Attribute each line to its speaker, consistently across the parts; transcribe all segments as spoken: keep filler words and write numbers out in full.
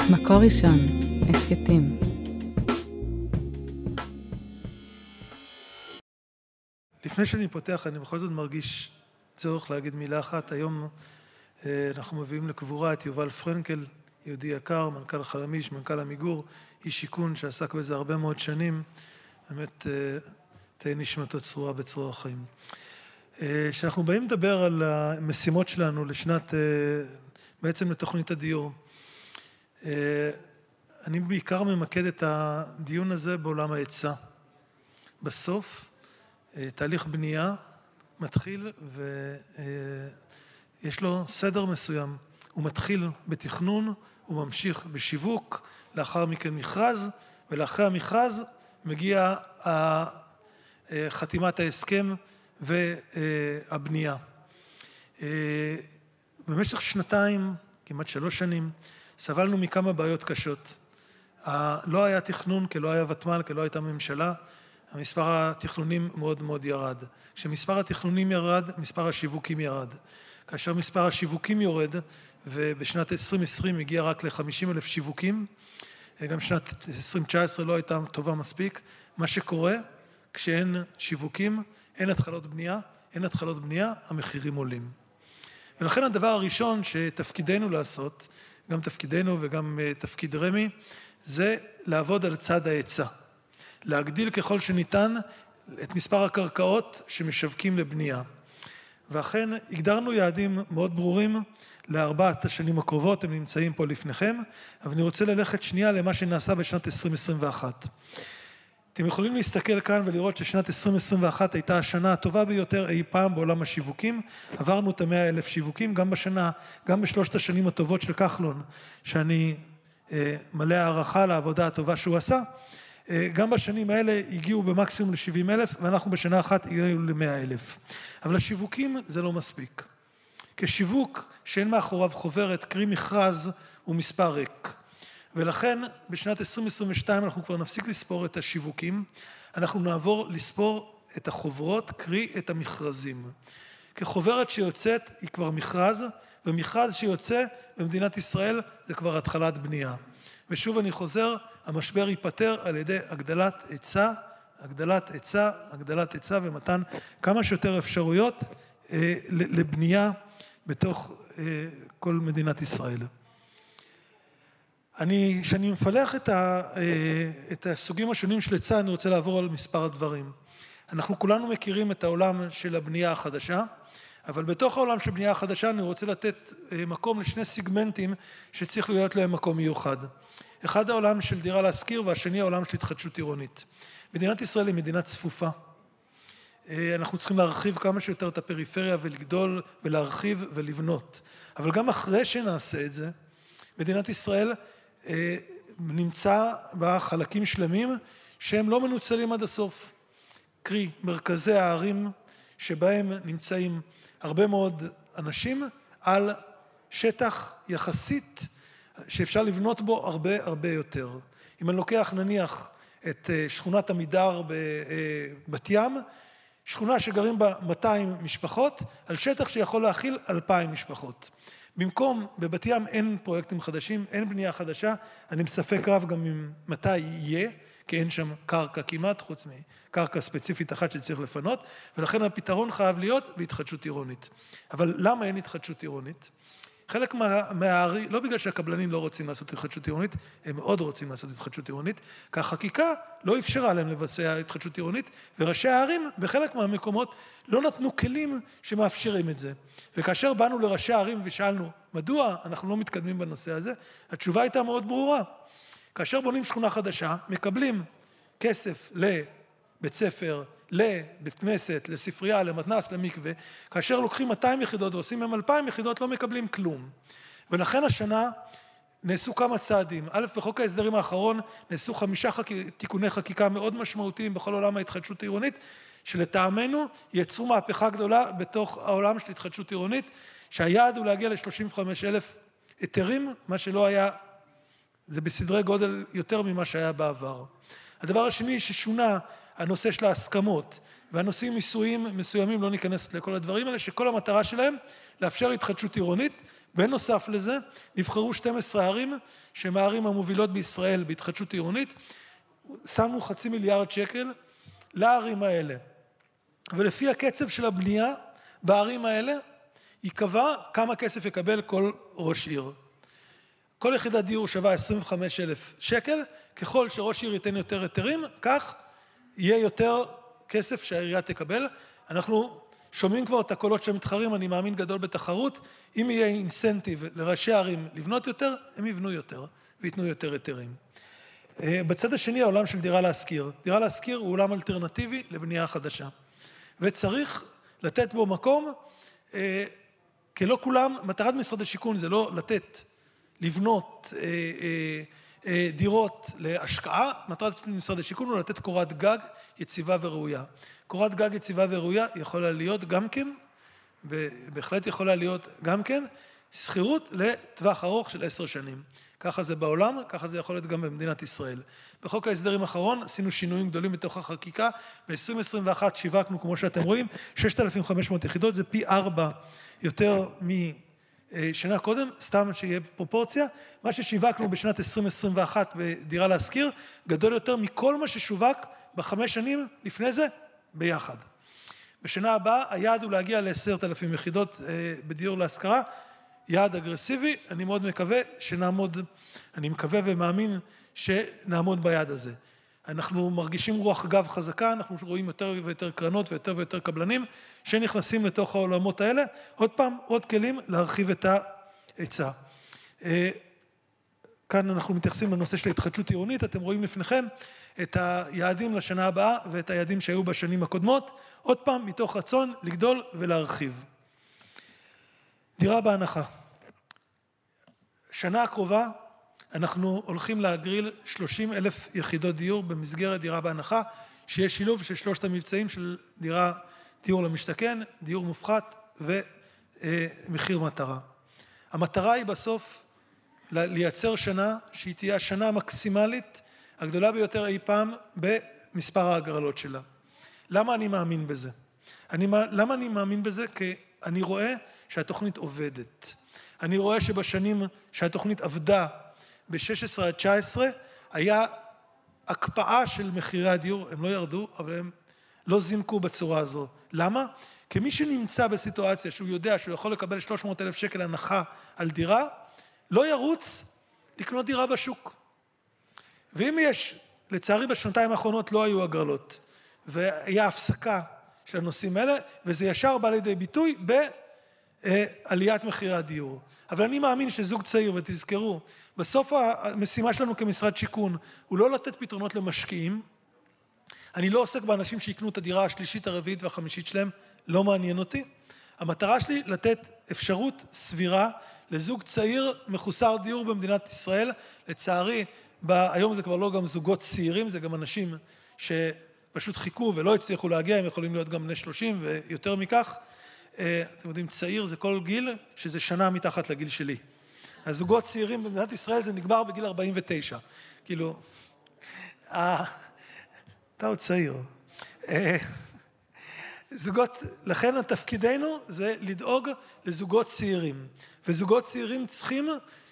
Speaker 1: מקור ראשון, הסקטים.
Speaker 2: לפני שאני פותח, אני בכל זאת מרגיש צורך להגיד מילה אחת. היום אנחנו מביאים לקבורה את יובל פרנקל, יהודי יקר, מנכ"ל חלמיש, מנכ"ל עמיגור, איש שיכון שעסק בזה הרבה מאוד שנים. באמת תהיה נשמתו צרורה בצרור החיים. כשאנחנו באים לדבר על המשימות שלנו לשנת, בעצם לתוכנית הדיור, אני בעיקר ממקד את הדיון הזה בעולם ההיצע. בסוף, תהליך בנייה מתחיל ויש לו סדר מסוים. הוא מתחיל בתכנון, הוא ממשיך בשיווק, לאחר מכן מכרז, ולאחרי המכרז מגיע חתימת ההסכם והבנייה. במשך שנתיים, כמעט שלוש שנים, סבלנו מכמה בעיות קשות. לא היה תכנון, כי לא היה ותמ"ל, כי לא הייתה ממשלה. המספר התכנונים מאוד מאוד ירד. כשמספר התכנונים ירד, מספר השיווקים ירד. כאשר מספר השיווקים יורד, ובשנת עשרים עשרים הגיע רק ל-חמישים אלף שיווקים, גם שנת עשרים תשע עשרה לא הייתה טובה מספיק. מה שקורה, כשאין שיווקים, אין התחלות בנייה, אין התחלות בנייה, המחירים עולים. ולכן הדבר הראשון שתפקידנו לעשות, גם תפקידנו וגם תפקיד רמי, זה לעבוד על צד ההיצע. להגדיל ככל שניתן את מספר הקרקעות שמשווקים לבנייה. ואכן הגדרנו יעדים מאוד ברורים לארבעת השנים הקרובות, הם נמצאים פה לפניכם, אבל אני רוצה ללכת שנייה למה שנעשה בשנת עשרים עשרים ואחת. אתם יכולים להסתכל כאן ולראות ששנת עשרים עשרים ואחת הייתה השנה הטובה ביותר אי פעם בעולם השיווקים. עברנו את המאה אלף שיווקים גם בשנה, גם בשלושת השנים הטובות של כחלון, שאני אה, מלא הערכה לעבודה הטובה שהוא עשה. אה, גם בשנים האלה הגיעו במקסימום ל-שבעים אלף, ואנחנו בשנה אחת הגענו ל-מאה אלף. אבל השיווקים זה לא מספיק. כשיווק שאין מאחוריו חוברת, קרי מכרז, הוא מספר ריק. ולכן בשנת עשרים עשרים ושתיים אנחנו כבר נפסיק לספור את השיווקים, אנחנו נעבור לספור את החוברות, קרי את המכרזים. כחוברת שיוצאת היא כבר מכרז, ומכרז שיוצא במדינת ישראל זה כבר התחלת בנייה. ושוב אני חוזר, המשבר ייפתר על ידי הגדלת היצע, הגדלת היצע, הגדלת היצע ומתן כמה שיותר אפשרויות אה, לבנייה בתוך אה, כל מדינת ישראל. אני, כשאני מפלח את, ה, את הסוגים השונים של היצע, אני רוצה לעבור על מספר הדברים. אנחנו כולנו מכירים את העולם של הבנייה החדשה, אבל בתוך העולם של בנייה החדשה אני רוצה לתת מקום לשני סיגמנטים שצריך להיות להם מקום מיוחד. אחד העולם של דירה להשכיר והשני העולם של התחדשות עירונית. מדינת ישראל היא מדינה צפופה. אנחנו צריכים להרחיב כמה שיותר את הפריפריה ולגדול ולהרחיב ולבנות. אבל גם אחרי שנעשה את זה, מדינת ישראל נמצא בחלקים שלמים שהם לא מנוצלים עד הסוף. קרי, מרכזי הערים שבהם נמצאים הרבה מאוד אנשים על שטח יחסית שאפשר לבנות בו הרבה הרבה יותר. אם אני לוקח נניח את שכונת עמידר בבת ים, שכונה שגרים בה מאתיים משפחות, על שטח שיכול להכיל אלפיים משפחות. במקום, בבת ים אין פרויקטים חדשים, אין בנייה חדשה, אני מספק רב גם עם מתי יהיה, כי אין שם קרקע כמעט, חוץ מקרקע ספציפית אחת שצריך לפנות, ולכן הפתרון חייב להיות בהתחדשות עירונית. אבל למה אין התחדשות עירונית? חלק מה, מהערים, לא בגלל שהקבלנים לא רוצים לעשות התחדשות עירונית, הם מאוד רוצים לעשות התחדשות עירונית, כי החקיקה לא אפשרה להם לבצע התחדשות עירונית, וראשי הערים בחלק מהמקומות לא נתנו כלים שמאפשרים את זה. וכאשר באנו לראשי הערים ושאלנו, מדוע אנחנו לא מתקדמים בנושא הזה, התשובה הייתה מאוד ברורה. כאשר בונים שכונה חדשה, מקבלים כסף לבית ספר, לבית כנסת, לספרייה, למתנ"ס, למקווה, כאשר לוקחים מאתיים יחידות ועושים מהם אלפיים יחידות, לא מקבלים כלום. ולכן השנה נעשו כמה צעדים. א', בחוק ההסדרים האחרון נעשו חמישה חק... תיקוני חקיקה מאוד משמעותיים בכל עולם ההתחדשות העירונית, שלטעמנו יצרו מהפכה גדולה בתוך העולם של התחדשות עירונית, שהיעד הוא להגיע ל-שלושים וחמישה אלף היתרים, מה שלא היה, זה בסדרי גודל יותר ממה שהיה בעבר. הדבר השני ששונה, הנושא של ההסכמות, והנושאים מיסויים מסוימים, לא ניכנס לכל הדברים האלה, שכל המטרה שלהם לאפשר התחדשות עירונית. בנוסף לזה, נבחרו שתים עשרה ערים, שהן הערים המובילות בישראל בהתחדשות עירונית, שמו חצי מיליארד שקל לערים האלה. ולפי הקצב של הבנייה בערים האלה, ייקבע כמה כסף יקבל כל ראש עיר. כל יחידת דיור שווה עשרים וחמישה אלף שקל, ככל שראש עיר ייתן יותר היתרים, כך יהיה יותר כסף שהעירייה תקבל. אנחנו שומעים כבר את הקולות שמתחרים, אני מאמין גדול בתחרות, אם יהיה אינסנטיב לראשי הערים לבנות יותר, הם יבנו יותר ויתנו יותר היתרים. בצד השני, העולם של דירה להשכיר. דירה להשכיר הוא עולם אלטרנטיבי לבנייה חדשה. וצריך לתת בו מקום, כי לא כולם, מטרת משרד השיכון זה לא לתת, לבנות דירות להשקעה, מטרת משרד השיכון הוא לתת קורת גג יציבה וראויה. קורת גג יציבה וראויה יכולה להיות גם כן, בהחלט יכולה להיות גם כן, שכירות לטווח ארוך של עשר שנים. ככה זה בעולם, ככה זה יכול להיות גם במדינת ישראל. בחוק ההסדרים האחרון עשינו שינויים גדולים בתוך החקיקה, ב-עשרים עשרים ואחת שיווקנו, כמו שאתם רואים, ששת אלפים וחמש מאות יחידות, זה פי ארבע יותר משנה קודם, סתם שיהיה פרופורציה. מה ששיווקנו בשנת עשרים עשרים ואחת בדירה להשכיר, גדול יותר מכל מה ששווק בחמש שנים לפני זה ביחד. בשנה הבאה היעד הוא להגיע ל-עשרת אלפים יחידות בדיור להשכרה, יעד אגרסיבי, אני מאוד מקווה שנעמוד, אני מקווה ומאמין שנעמוד ביעד הזה. אנחנו מרגישים רוח גב חזקה, אנחנו רואים יותר ויותר קרנות ויותר ויותר קבלנים שנכנסים לתוך העולמות האלה. עוד פעם, עוד כלים להרחיב את ההיצע. כאן אנחנו מתייחסים לנושא של התחדשות עירונית, אתם רואים לפניכם את היעדים לשנה הבאה ואת היעדים שהיו בשנים הקודמות, עוד פעם מתוך רצון לגדול ולהרחיב. דירה בהנחה. שנה הקרובה אנחנו הולכים להגריל שלושים אלף יחידות דיור במסגרת דירה בהנחה, שיש שילוב של שלושת המבצעים של דירה, דיור למשתכן, דיור מופחת ומחיר מטרה. המטרה היא בסוף לייצר שנה שהיא תהיה השנה המקסימלית הגדולה ביותר אי פעם במספר ההגרלות שלה. למה אני מאמין בזה? אני, למה אני מאמין בזה? כי אני רואה שהתוכנית עובדת. אני רואה שבשנים שהתוכנית עבדה ב-שש עשרה עד תשע עשרה, היה הקפאה של מחירי הדיור, הם לא ירדו, אבל הם לא זינקו בצורה הזו. למה? כי מי שנמצא בסיטואציה שהוא יודע שהוא יכול לקבל שלוש מאות אלף שקל הנחה על דירה, לא ירוץ לקנות דירה בשוק. ואם יש, לצערי בשנתיים האחרונות לא היו הגרלות, והיה הפסקה של הנושאים האלה, וזה ישר בא לידי ביטוי בעליית מחירי הדיור. אבל אני מאמין שזוג צעיר, ותזכרו, בסוף המשימה שלנו כמשרד שיכון, הוא לא לתת פתרונות למשקיעים. אני לא עוסק באנשים שיקנו את הדירה השלישית, הרביעית והחמישית שלהם, לא מעניין אותי. המטרה שלי לתת אפשרות סבירה לזוג צעיר מחוסר דיור במדינת ישראל. לצערי, היום זה כבר לא גם זוגות צעירים, זה גם אנשים שפשוט חיכו ולא הצליחו להגיע, הם יכולים להיות גם בני שלושים ויותר מכך. אתם יודעים, צעיר זה כל גיל, שזה שנה מתחת לגיל שלי. הזוגות צעירים במדינת ישראל זה נגמר בגיל ארבעים ותשע. כאילו, אתה עוד צעיר. זוגות, לכן התפקידנו זה לדאוג לזוגות צעירים. וזוגות צעירים צריכים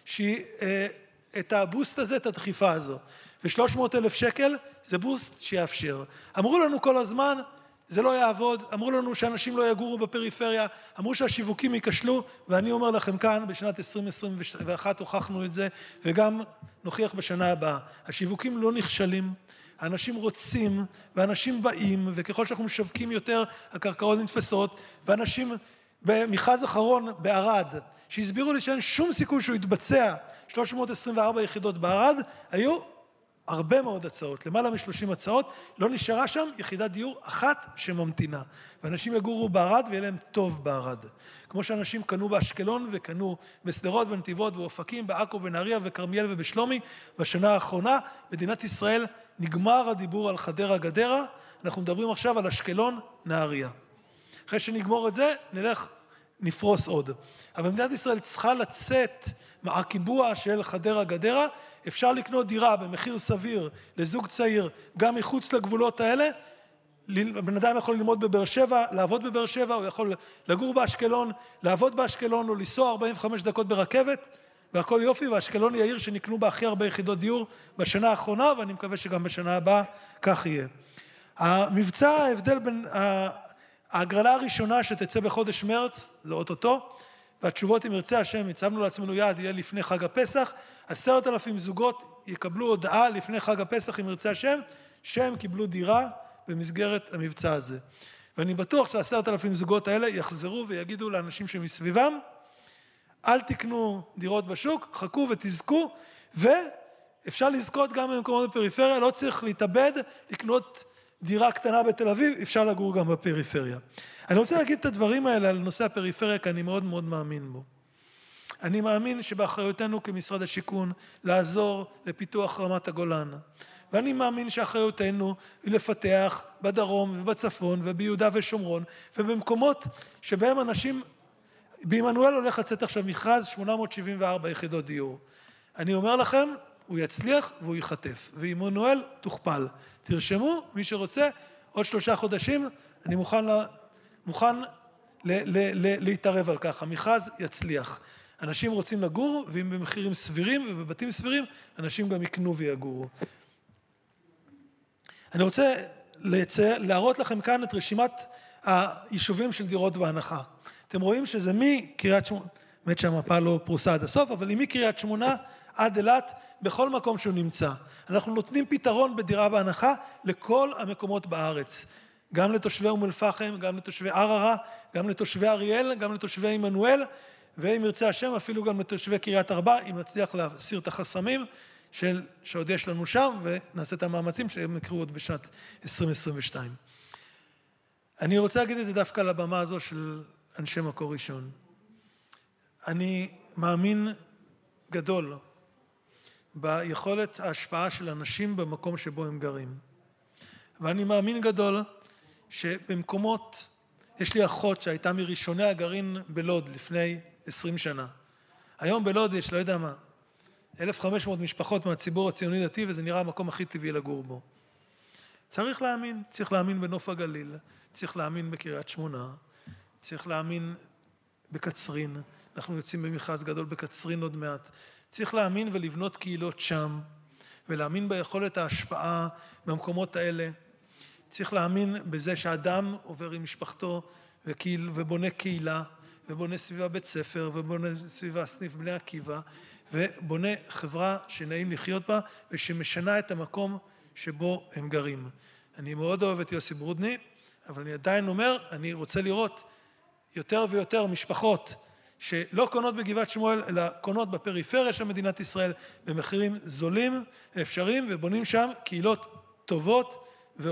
Speaker 2: את הבוסט הזה, את הדחיפה הזו. ו-שלוש מאות אלף שקל זה בוסט שיאפשר. אמרו לנו כל הזמן, זה לא יעבוד, אמרו לנו שאנשים לא יגורו בפריפריה, אמרו שהשיווקים ייכשלו, ואני אומר לכם כאן, בשנת עשרים עשרים ואחת הוכחנו את זה, וגם נוכיח בשנה הבאה. השיווקים לא נכשלים, האנשים רוצים, ואנשים באים, וככל שאנחנו משווקים יותר, הקרקעות נתפסות, ואנשים במכרז אחרון בערד, שהסבירו לי שאין שום סיכוי שהוא יתבצע, שלוש מאות עשרים וארבע יחידות בערד, היו הרבה מאוד הצעות, למעלה מ-שלושים הצעות, לא נשארה שם יחידת דיור אחת שממתינה. ואנשים יגורו בערד ויהיה להם טוב בערד. כמו שאנשים קנו באשקלון וקנו בסדרות, בנתיבות ואופקים, בעכו, בנהריה וכרמיאל ובשלומי. בשנה האחרונה, מדינת ישראל נגמר הדיבור על חדרה גדרה, אנחנו מדברים עכשיו על אשקלון, נהריה. אחרי שנגמור את זה, נלך, נפרוס עוד. אבל מדינת ישראל צריכה לצאת מהקיבוע של חדרה גדרה, אפשר לקנות דירה במחיר סביר לזוג צעיר, גם מחוץ לגבולות האלה, בן אדם יכול ללמוד בבאר שבע, לעבוד בבאר שבע, הוא יכול לגור באשקלון, לעבוד באשקלון, או לנסוע ארבעים וחמש דקות ברכבת, והכל יופי, והאשקלון היא העיר שנקנו בה הכי הרבה יחידות דיור בשנה האחרונה, ואני מקווה שגם בשנה הבאה כך יהיה. המבצע, ההבדל בין ההגרלה הראשונה שתצא בחודש מרץ, זה אוטוטו, והתשובות אם ירצה השם, הצבנו לעצמנו יעד, יהיה לפני חג הפסח, עשרת אלפים זוגות יקבלו הודעה לפני חג הפסח אם ירצה השם, שהם קיבלו דירה במסגרת המבצע הזה. ואני בטוח שעשרת אלפים זוגות האלה יחזרו ויגידו לאנשים שמסביבם, אל תקנו דירות בשוק, חכו ותזכו, ואפשר לזכות גם במקומות בפריפריה, לא צריך להתאבד, לקנות דירה קטנה בתל אביב, אפשר לגור גם בפריפריה. אני רוצה להגיד את הדברים האלה על נושא הפריפריה, כי אני מאוד מאוד מאמין בו. אני מאמין שבאחריותנו כמשרד השיכון לעזור לפיתוח רמת הגולן. ואני מאמין שאחריותנו היא לפתח בדרום ובצפון וביהודה ושומרון, ובמקומות שבהם אנשים, בעמנואל הולך לצאת עכשיו מכרז שמונה מאות שבעים וארבע יחידות דיור. אני אומר לכם, הוא יצליח והוא יחטף, ועמנואל תוכפל. תרשמו, מי שרוצה, עוד שלושה חודשים, אני מוכן, לה, מוכן ל, ל, ל, להתערב על כך. המכרז יצליח. אנשים רוצים לגור, ואם במחירים סבירים ובבתים סבירים, אנשים גם יקנו ויגורו. אני רוצה לצייר, להראות לכם כאן את רשימת היישובים של דירות בהנחה. אתם רואים שזה מקריית שמונה, באמת שהמפה לא פרוסה עד הסוף, אבל היא מקריית שמונה עד אילת, בכל מקום שהוא נמצא. אנחנו נותנים פתרון בדירה בהנחה לכל המקומות בארץ. גם לתושבי אום אל-פחם, גם לתושבי ערערה, גם לתושבי אריאל, גם לתושבי עמנואל, ואם ירצה השם אפילו גם לתושבי קריית ארבע, אם נצליח להסיר את החסמים של, שעוד יש לנו שם, ונעשה את המאמצים שהם יקרו עוד בשנת עשרים עשרים ושתיים. אני רוצה להגיד את זה דווקא על הבמה הזו של אנשי מקור ראשון. אני מאמין גדול ביכולת ההשפעה של אנשים במקום שבו הם גרים. ואני מאמין גדול שבמקומות, יש לי אחות שהייתה מראשוני הגרעין בלוד לפני עשרים שנה. היום בלוד יש, לא יודע מה, אלף וחמש מאות משפחות מהציבור הציוני דתי, וזה נראה המקום הכי טבעי לגור בו. צריך להאמין, צריך להאמין בנוף הגליל, צריך להאמין בקריית שמונה, צריך להאמין בקצרין, אנחנו יוצאים במכרז גדול בקצרין עוד מעט, צריך להאמין ולבנות קהילות שם, ולהאמין ביכולת ההשפעה במקומות האלה, צריך להאמין בזה שאדם עובר עם משפחתו וקהיל, ובונה קהילה, ובונה סביבה בית ספר, ובונה סביבה סניף בני עקיבא, ובונה חברה שנעים לחיות בה, ושמשנה את המקום שבו הם גרים. אני מאוד אוהב את יוסי ברודני, אבל אני עדיין אומר, אני רוצה לראות יותר ויותר משפחות שלא קונות בגבעת שמואל, אלא קונות בפריפריה של מדינת ישראל, במחירים זולים ואפשריים, ובונים שם קהילות טובות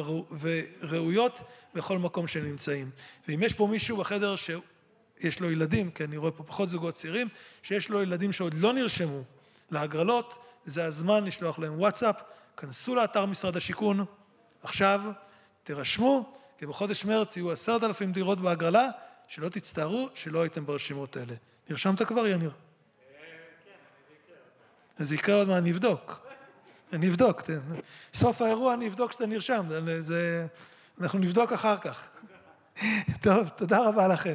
Speaker 2: וראויות בכל מקום שנמצאים. ואם יש פה מישהו בחדר שיש לו ילדים, כי אני רואה פה פחות זוגות צעירים, שיש לו ילדים שעוד לא נרשמו להגרלות, זה הזמן לשלוח להם וואטסאפ, כנסו לאתר משרד השיכון, עכשיו תרשמו, כי בחודש מרץ יהיו עשרת אלפים דירות בהגרלה, שלא תצטערו שלא הייתם ברשימות האלה. נרשמת כבר, יניר?
Speaker 3: כן, זה יקרה.
Speaker 2: אז זה יקרה עוד מה, אני אבדוק. אני אבדוק. סוף האירוע אני אבדוק שאתה נרשם. זה... אנחנו נבדוק אחר כך. טוב, תודה רבה לכם.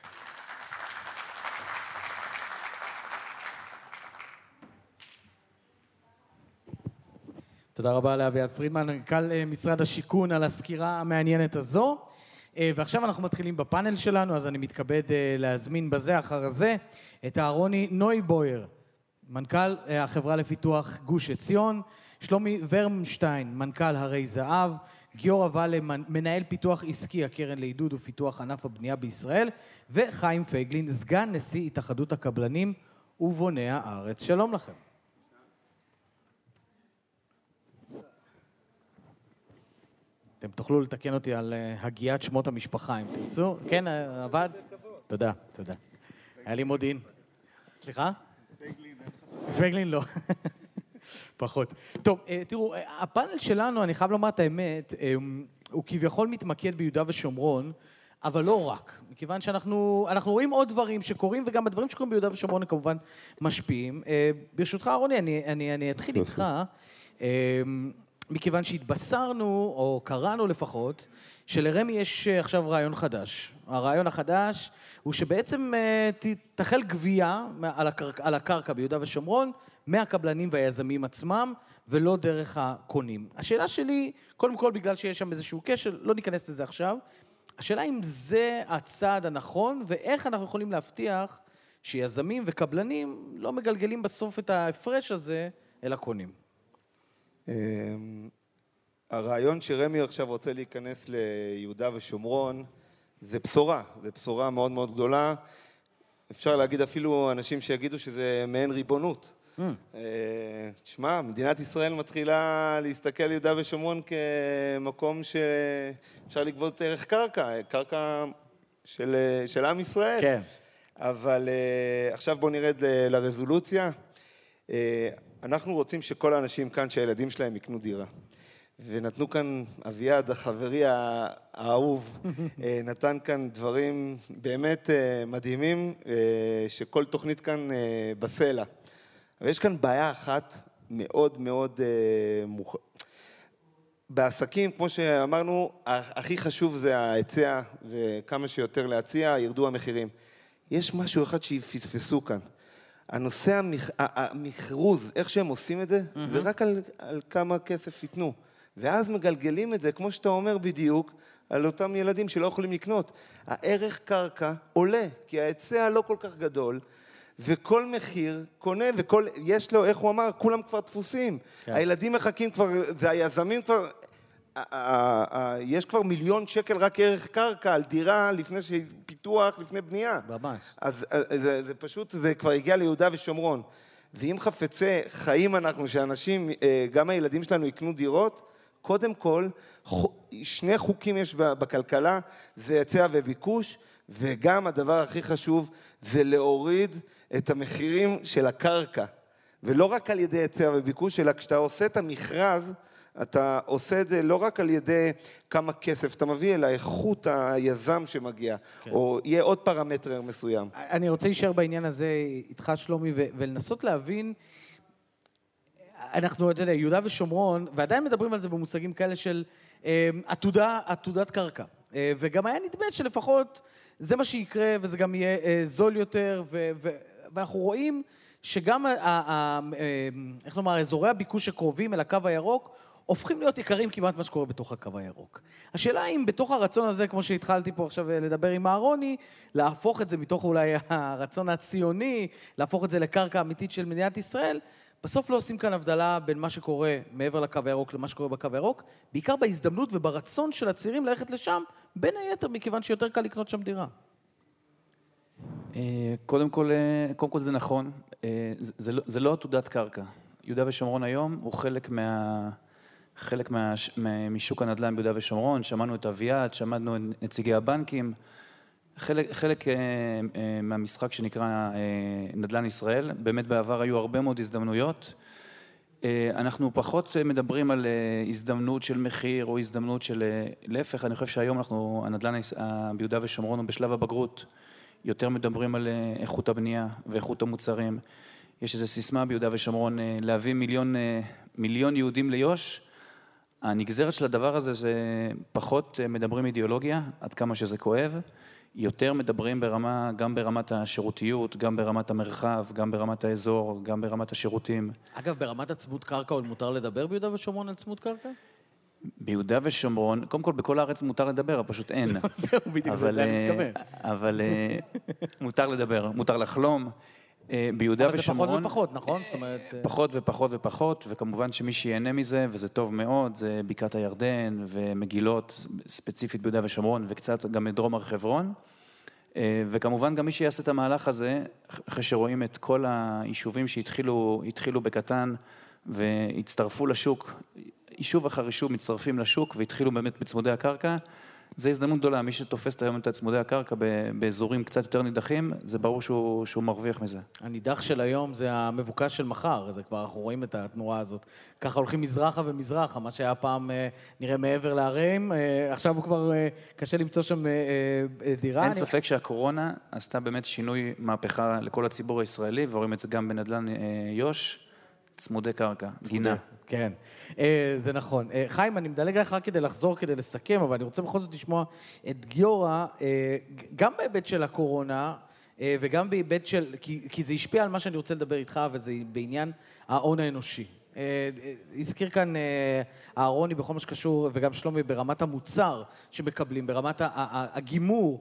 Speaker 3: תודה רבה לאביעד פרידמן, מנכ"ל משרד השיכון, על הסקירה המעניינת הזו. ועכשיו אנחנו מתחילים בפאנל שלנו, אז אני מתכבד להזמין בזה אחר זה את אהרוני נויבויר, מנכ"ל החברה לפיתוח גוש עציון, שלומי ורמשטיין, מנכ"ל הרי זהב, גיורא ואלה, מנהל פיתוח עסקי, הקרן לעידוד ופיתוח ענף הבנייה בישראל, וחיים פייגלין, סגן נשיא התאחדות הקבלנים ובוני הארץ. שלום לכם. אתם תוכלו לתקן אותי על הגיית שמות המשפחה, אם תרצו. כן, עבד? תודה, תודה. היה לי מודיעין. סליחה? פייגלין. פייגלין לא. פחות. טוב, תראו, הפאנל שלנו, אני חייב לומר את האמת, הוא כביכול מתמקד ביהודה ושומרון, אבל לא רק. מכיוון שאנחנו אנחנו רואים עוד דברים שקורים, וגם הדברים שקורים ביהודה ושומרון הם כמובן משפיעים. ברשותך, אהרוני, אני, אני, אני אתחיל איתך. מכיוון שהתבשרנו, או קראנו לפחות, שלרמי יש עכשיו רעיון חדש. הרעיון החדש הוא שבעצם תחל גבייה על הקרקע, על הקרקע ביהודה ושומרון, מהקבלנים והיזמים עצמם, ולא דרך הקונים. השאלה שלי, קודם כל בגלל שיש שם איזשהו קשר, לא ניכנס לזה עכשיו, השאלה אם זה הצעד הנכון, ואיך אנחנו יכולים להבטיח שיזמים וקבלנים לא מגלגלים בסוף את ההפרש הזה אל הקונים.
Speaker 4: הרעיון שרמי עכשיו רוצה להיכנס ליהודה ושומרון, זה בשורה, זה בשורה מאוד מאוד גדולה. אפשר להגיד אפילו אנשים שיגידו שזה מעין ריבונות. תשמע, מדינת ישראל מתחילה להסתכל על יהודה ושומרון כמקום שאפשר לגבות ערך קרקע, קרקע של, של עם ישראל.
Speaker 3: כן. אבל
Speaker 4: עכשיו בואו נרד לרזולוציה. אנחנו רוצים שכל האנשים כאן, שהילדים שלהם יקנו דירה. ונתנו כאן אביעד, החברי האהוב, נתן כאן דברים באמת מדהימים, שכל תוכנית כאן בסלע. אבל יש כאן בעיה אחת מאוד מאוד מוכ... בעסקים, כמו שאמרנו, הכי חשוב זה ההיצע, וכמה שיותר להציע, ירדו המחירים. יש משהו אחד שיפספסו כאן. הנושא המכ... המכרוז, איך שהם עושים את זה, mm-hmm. זה רק על, על כמה כסף ייתנו. ואז מגלגלים את זה, כמו שאתה אומר בדיוק, על אותם ילדים שלא יכולים לקנות. הערך קרקע עולה, כי ההיצע לא כל כך גדול, וכל מחיר קונה, וכל, יש לו, איך הוא אמר, כולם כבר דפוסים. כן. הילדים מחכים כבר, זה היזמים כבר, יש כבר מיליון שקל רק ערך קרקע על דירה לפני פיתוח, לפני בנייה.
Speaker 3: ממש.
Speaker 4: אז זה, זה פשוט, זה כבר הגיע ליהודה ושומרון. ואם חפצי חיים אנחנו, שאנשים, גם הילדים שלנו יקנו דירות, קודם כל, שני חוקים יש בכלכלה, זה היצע וביקוש, וגם הדבר הכי חשוב זה להוריד את המחירים של הקרקע. ולא רק על ידי היצע וביקוש, אלא כשאתה עושה את המכרז, אתה עושה את זה לא רק על ידי כמה כסף אתה מביא, אלא איכות היזם שמגיע, כן. או יהיה עוד פרמטר מסוים. אני
Speaker 3: רוצה להישאר בעניין הזה איתך שלומי, ולנסות להבין, אנחנו יודעים, יהודה ושומרון, ועדיין מדברים על זה במושגים כאלה של עתודה, עתודת קרקע. וגם היה נדמה שלפחות זה מה שיקרה, וזה גם יהיה זול יותר, ו- ו- ואנחנו רואים שגם, ה- ה- איך לומר, אזורי הביקוש הקרובים אל הקו הירוק, הופכים להיות יקרים כמעט מה שקורה בתוך הקו הירוק. השאלה אם בתוך הרצון הזה, כמו שהתחלתי פה עכשיו לדבר עם אהרוני, להפוך את זה מתוך אולי הרצון הציוני, להפוך את זה לקרקע אמיתית של מדינת ישראל, בסוף לא עושים כאן הבדלה בין מה שקורה מעבר לקו הירוק למה שקורה בקו הירוק, בעיקר בהזדמנות וברצון של הצעירים ללכת לשם, בין היתר מכיוון שיותר קל לקנות שם דירה.
Speaker 5: קודם כל, קודם כל זה נכון, זה, זה, לא, זה לא עתודת קרקע. יהודה ושומרון היום הוא חלק מה... חלק מה, משוק הנדל"ן ביהודה ושומרון, שמענו את אביעד, שמענו את נציגי הבנקים, חלק, חלק מהמשחק שנקרא נדל"ן ישראל, באמת בעבר היו הרבה מאוד הזדמנויות, אנחנו פחות מדברים על הזדמנות של מחיר או הזדמנות של להפך, אני חושב שהיום אנחנו, הנדל"ן ביהודה ושומרון הוא בשלב הבגרות, יותר מדברים על איכות הבנייה ואיכות המוצרים, יש איזו סיסמה ביהודה ושומרון להביא מיליון, מיליון יהודים ליו"ש, הנגזרת של הדבר הזה זה פחות מדברים אידיאולוגיה, עד כמה שזה כואב, יותר מדברים ברמה, גם ברמת השירותיות, גם ברמת המרחב, גם ברמת האזור, גם ברמת השירותים.
Speaker 3: אגב, ברמת הצמוד קרקע עוד מותר לדבר ביהודה ושומרון על צמוד קרקע?
Speaker 5: ביהודה ושומרון, קודם כל בכל הארץ מותר לדבר, פשוט אין.
Speaker 3: זהו, בדיוק זה, זה אני מתכוון.
Speaker 5: אבל מותר לדבר, מותר לחלום. ביהודה ושומרון...
Speaker 3: אבל זה פחות ופחות, נכון? זאת אומרת...
Speaker 5: פחות ופחות ופחות, וכמובן שמי שיהנה מזה, וזה טוב מאוד, זה בקעת הירדן ומגילות, ספציפית ביהודה ושומרון, וקצת גם מדרום הר חברון. וכמובן גם מי שיעשה את המהלך הזה, אחרי שרואים את כל היישובים שהתחילו התחילו בקטן, והצטרפו לשוק, יישוב אחר יישוב מצטרפים לשוק, והתחילו באמת בצמודי הקרקע, זה הזדמנות גדולה, מי שתופס היום את צמודי הקרקע באזורים קצת יותר נידחים, זה ברור שהוא, שהוא מרוויח מזה.
Speaker 3: הנידח של היום זה המבוקש של מחר, זה כבר אנחנו רואים את התנועה הזאת. ככה הולכים מזרחה ומזרחה, מה שהיה פעם נראה מעבר להרים, עכשיו הוא כבר קשה למצוא שם דירה.
Speaker 5: אין ספק שהקורונה עשתה באמת שינוי מהפכה לכל הציבור הישראלי, ורואים את זה גם בנדל"ן יו"ש, צמודי קרקע, גינה.
Speaker 3: כן, זה נכון. חיים, אני מדלג לך רק כדי לחזור, כדי לסכם, אבל אני רוצה בכל זאת לשמוע את גיורא, גם בהיבט של הקורונה, וגם בהיבט של, כי, כי זה השפיע על מה שאני רוצה לדבר איתך, וזה בעניין ההון האנושי. הזכיר כאן אהרוני בכל מה שקשור, וגם שלומי ברמת המוצר שמקבלים, ברמת הגימור,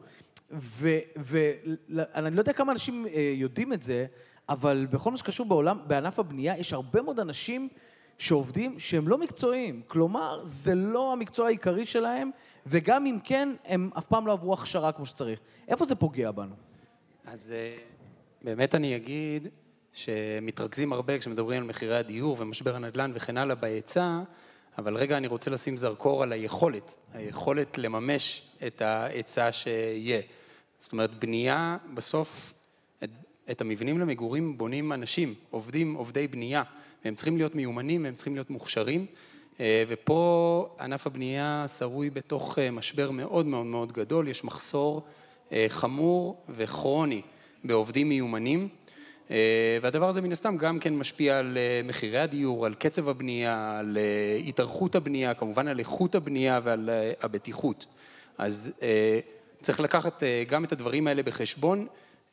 Speaker 3: ואני לא יודע כמה אנשים יודעים את זה, אבל בכל מה שקשור בעולם, בענף הבנייה, יש הרבה מאוד אנשים שעובדים שהם לא מקצועיים. כלומר, זה לא המקצוע העיקרי שלהם, וגם אם כן, הם אף פעם לא עברו הכשרה כמו שצריך. איפה זה פוגע בנו?
Speaker 6: אז באמת אני אגיד שמתרכזים הרבה כשמדברים על מחירי הדיור ומשבר הנדל"ן וכן הלאה בהיצע, אבל רגע אני רוצה לשים זרקור על היכולת, היכולת לממש את ההיצע שיהיה. זאת אומרת, בנייה בסוף, את, את המבנים למגורים בונים אנשים, עובדים, עובדי בנייה, והם צריכים להיות מיומנים, הם צריכים להיות מוכשרים, ופה ענף הבנייה שרוי בתוך משבר מאוד מאוד מאוד גדול, יש מחסור חמור וכרוני בעובדים מיומנים, והדבר הזה מן הסתם גם כן משפיע על מחירי הדיור, על קצב הבנייה, על התארכות הבנייה, כמובן על איכות הבנייה ועל הבטיחות. אז צריך לקחת גם את הדברים האלה בחשבון.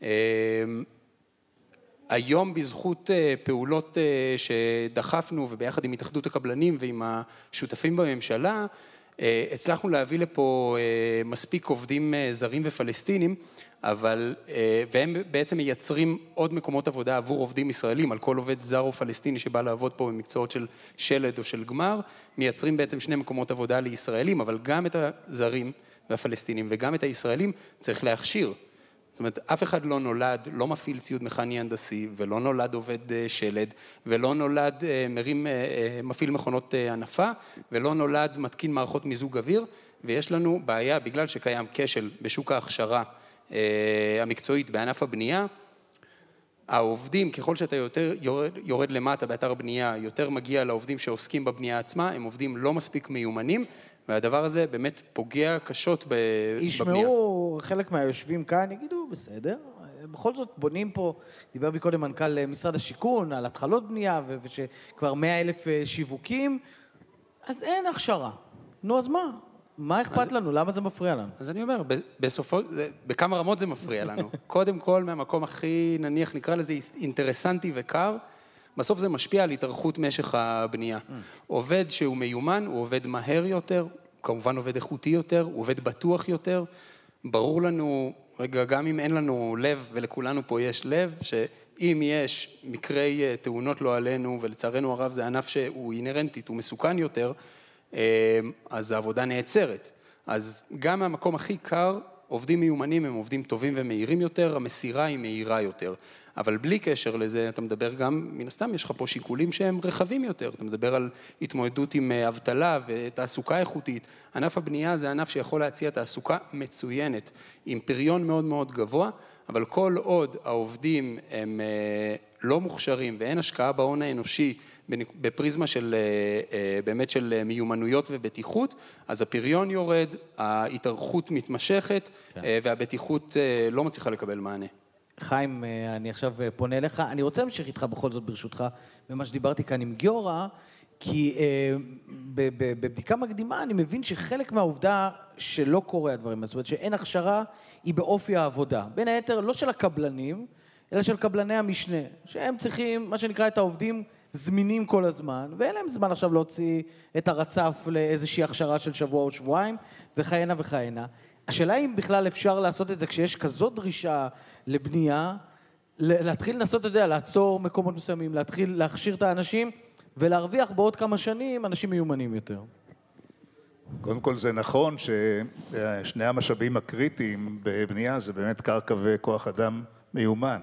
Speaker 6: היום בזכות פעולות שדחפנו וביחד עם התאחדות הקבלנים ועם השותפים בממשלה, הצלחנו להביא לפה מספיק עובדים זרים ופלסטינים, אבל, והם בעצם מייצרים עוד מקומות עבודה עבור עובדים ישראלים, על כל עובד זר או פלסטיני שבא לעבוד פה במקצועות של שלד או של גמר, מייצרים בעצם שני מקומות עבודה לישראלים, אבל גם את הזרים והפלסטינים וגם את הישראלים צריך להכשיר. זאת אומרת, אף אחד לא נולד, לא מפעיל ציוד מכני הנדסי, ולא נולד עובד שלד, ולא נולד מרים, מפעיל מכונות הנפה, ולא נולד מתקין מערכות מיזוג אוויר, ויש לנו בעיה, בגלל שקיים כשל בשוק ההכשרה המקצועית בענף הבנייה, העובדים, ככל שאתה יותר יורד, יורד למטה באתר הבנייה, יותר מגיע לעובדים שעוסקים בבנייה עצמה, הם עובדים לא מספיק מיומנים, והדבר הזה באמת פוגע קשות בבנייה.
Speaker 3: ישמעו חלק מהיושבים כאן, יגידו, בסדר, בכל זאת בונים פה, דיבר בי קודם מנכ"ל משרד השיכון, על התחלות בנייה, ושכבר מאה אלף שיווקים, אז אין הכשרה. נו, אז מה? מה אכפת לנו? למה זה מפריע לנו?
Speaker 6: אז אני אומר, בסופו, בכמה רמות זה מפריע לנו. קודם כל, מהמקום הכי, נניח, נקרא לזה אינטרסנטי וקר, בסוף זה משפיע על התארכות משך הבנייה. עובד שהוא מיומן, הוא עובד מהר יותר, כמובן עובד איכותי יותר, הוא עובד בטוח יותר. ברור לנו, רגע, גם אם אין לנו לב, ולכולנו פה יש לב, שאם יש מקרי תאונות לא עלינו, ולצערנו הרב זה ענף שהוא אינרנטית, הוא מסוכן יותר, אז העבודה נעצרת. אז גם מהמקום הכי קר, עובדים מיומנים הם עובדים טובים ומהירים יותר, המסירה היא מהירה יותר. אבל בלי קשר לזה, אתה מדבר גם, מן הסתם יש לך פה שיקולים שהם רחבים יותר. אתה מדבר על התמודדות עם אבטלה ותעסוקה איכותית. ענף הבנייה זה ענף שיכול להציע תעסוקה מצוינת, עם פריון מאוד מאוד גבוה, אבל כל עוד העובדים הם לא מוכשרים ואין השקעה בהון האנושי, בפריזמה של, באמת של מיומנויות ובטיחות, אז הפריון יורד, ההתארכות מתמשכת, כן. והבטיחות לא מצליחה לקבל מענה.
Speaker 3: חיים, אני עכשיו פונה אליך, אני רוצה להמשיך איתך בכל זאת ברשותך, במה שדיברתי כאן עם גיורא, כי בבדיקה מקדימה אני מבין שחלק מהעובדה שלא קורה הדברים, זאת אומרת שאין הכשרה, היא באופי העבודה. בין היתר לא של הקבלנים, אלא של קבלני המשנה, שהם צריכים, מה שנקרא, את העובדים זמינים כל הזמן, ואין להם זמן עכשיו להוציא את הרצף לאיזושהי הכשרה של שבוע או שבועיים, וכהנה וכהנה. השאלה אם בכלל אפשר לעשות את זה כשיש כזאת דרישה לבנייה, להתחיל לנסות, אתה יודע, לעצור מקומות מסוימים, להתחיל להכשיר את האנשים, ולהרוויח בעוד כמה שנים אנשים מיומנים יותר.
Speaker 7: קודם כל זה נכון ששני המשאבים הקריטיים בבנייה זה באמת קרקע וכוח אדם מיומן.